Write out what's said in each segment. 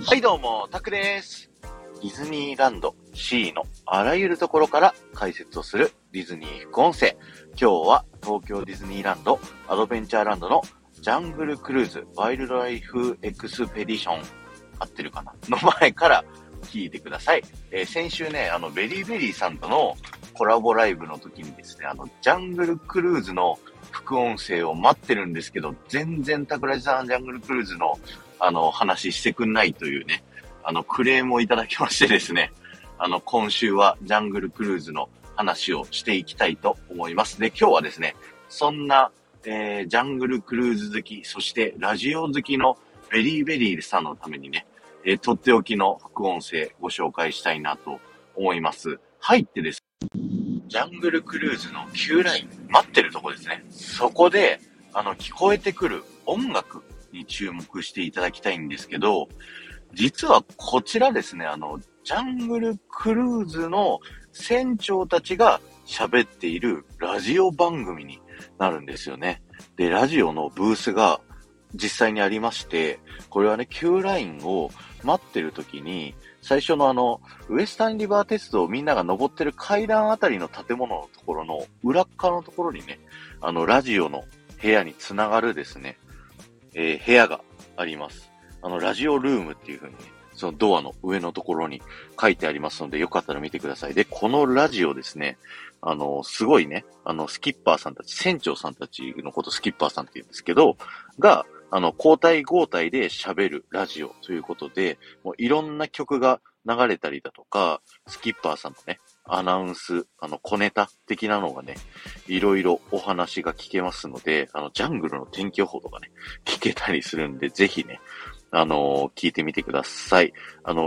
はいどうも、タクです。ディズニーランド C のあらゆるところから解説をするディズニー副音声。今日は東京ディズニーランドアドベンチャーランドのジャングルクルーズワイルドライフエクスペディション合ってるかなの前から聞いてください。先週ね、ベリーベリーさんとのコラボライブの時にですね、ジャングルクルーズの副音声を待ってるんですけど、全然タクラジさんジャングルクルーズの話してくんないというね、クレームをいただきましてですね、今週はジャングルクルーズの話をしていきたいと思います。で、今日はですね、そんな、ジャングルクルーズ好き、そしてラジオ好きのベリーベリーさんのためにね、とっておきの副音声ご紹介したいなと思います。入ってです。ジャングルクルーズの Q ライン、待ってるとこですね。そこで、聞こえてくる音楽に注目していただきたいんですけど、実はこちらですね、ジャングルクルーズの船長たちが喋っているラジオ番組になるんですよね。で、ラジオのブースが実際にありまして、これはね、Q ラインを待ってる時に、最初のウエスタンリバー鉄道みんなが登ってる階段あたりの建物のところの裏側のところにね、ラジオの部屋につながるですね、部屋があります。ラジオルームっていう風にね、そのドアの上のところに書いてありますので、よかったら見てください。で、このラジオですね、すごいね、スキッパーさんたち、船長さんたちのことスキッパーさんって言うんですけど、が、交代交代で喋るラジオということで、もういろんな曲が流れたりだとか、スキッパーさんのね、アナウンス、小ネタ的なのがね、いろいろお話が聞けますので、ジャングルの天気予報とかね、聞けたりするんで、ぜひね、聞いてみてください。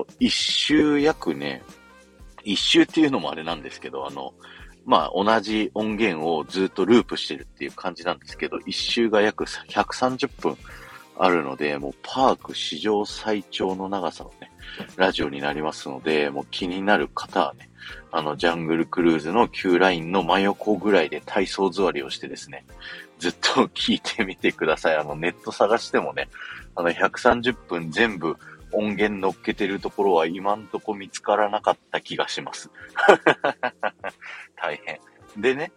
一周っていうのもあれなんですけど、同じ音源をずっとループしてるっていう感じなんですけど、一周が約130分あるので、もうパーク史上最長の長さのね、ラジオになりますので、もう気になる方はね、ジャングルクルーズの Q ラインの真横ぐらいで体操座りをしてですね、ずっと聞いてみてください。ネット探してもね、130分全部音源乗っけてるところは今んとこ見つからなかった気がします。大変。でね、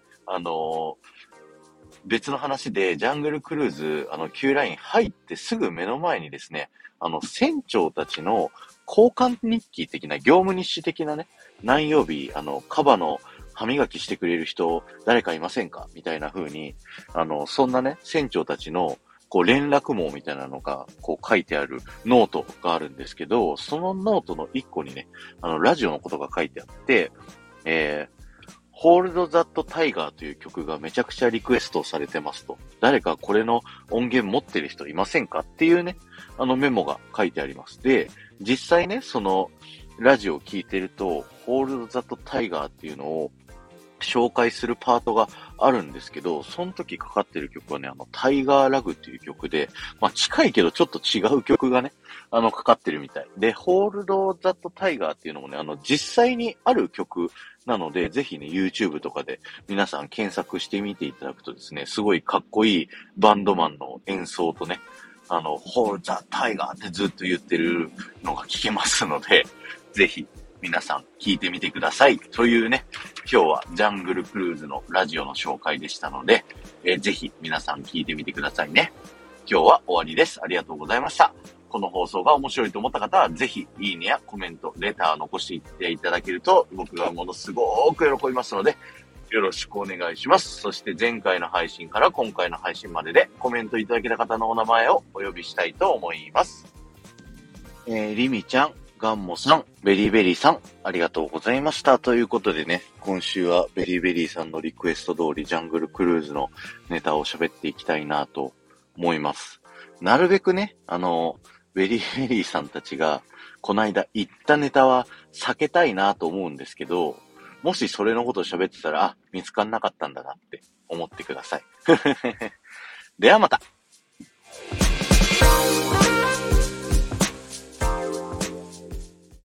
別の話で、ジャングルクルーズ、Q ライン入ってすぐ目の前にですね、船長たちの交換日記的な、業務日誌的なね、何曜日、カバの歯磨きしてくれる人、誰かいませんかみたいな風に、そんなね、船長たちの、連絡網みたいなのが、書いてあるノートがあるんですけど、そのノートの一個にね、ラジオのことが書いてあって、Hold That Tiger という曲がめちゃくちゃリクエストされてますと。誰かこれの音源持ってる人いませんかっていうね、メモが書いてあります。で、実際ね、そのラジオを聞いてると、Hold That Tiger っていうのを紹介するパートがあるんですけど、その時かかってる曲はね、タイガーラグっていう曲で、近いけどちょっと違う曲がね、かかってるみたい。で、Hold That Tiger っていうのもね、実際にある曲なので、ぜひね、YouTube とかで皆さん検索してみていただくとですね、すごいかっこいいバンドマンの演奏とね、Hold That Tiger ってずっと言ってるのが聞けますので、ぜひ、皆さん聞いてみてください。というね、今日はジャングルクルーズのラジオの紹介でしたので、ぜひ皆さん聞いてみてくださいね。今日は終わりです。ありがとうございました。この放送が面白いと思った方は、ぜひいいねやコメント、レター残していっていただけると、僕がものすごく喜びますので、よろしくお願いします。そして前回の配信から今回の配信まででコメントいただけた方のお名前をお呼びしたいと思います。リミちゃん、ガンモさん、ベリーベリーさん、ありがとうございました。ということでね、今週はベリーベリーさんのリクエスト通りジャングルクルーズのネタを喋っていきたいなと思います。なるべくね、ベリーベリーさんたちがこの間言ったネタは避けたいなと思うんですけど、もしそれのことを喋ってたら、見つかんなかったんだなって思ってください。ではまた。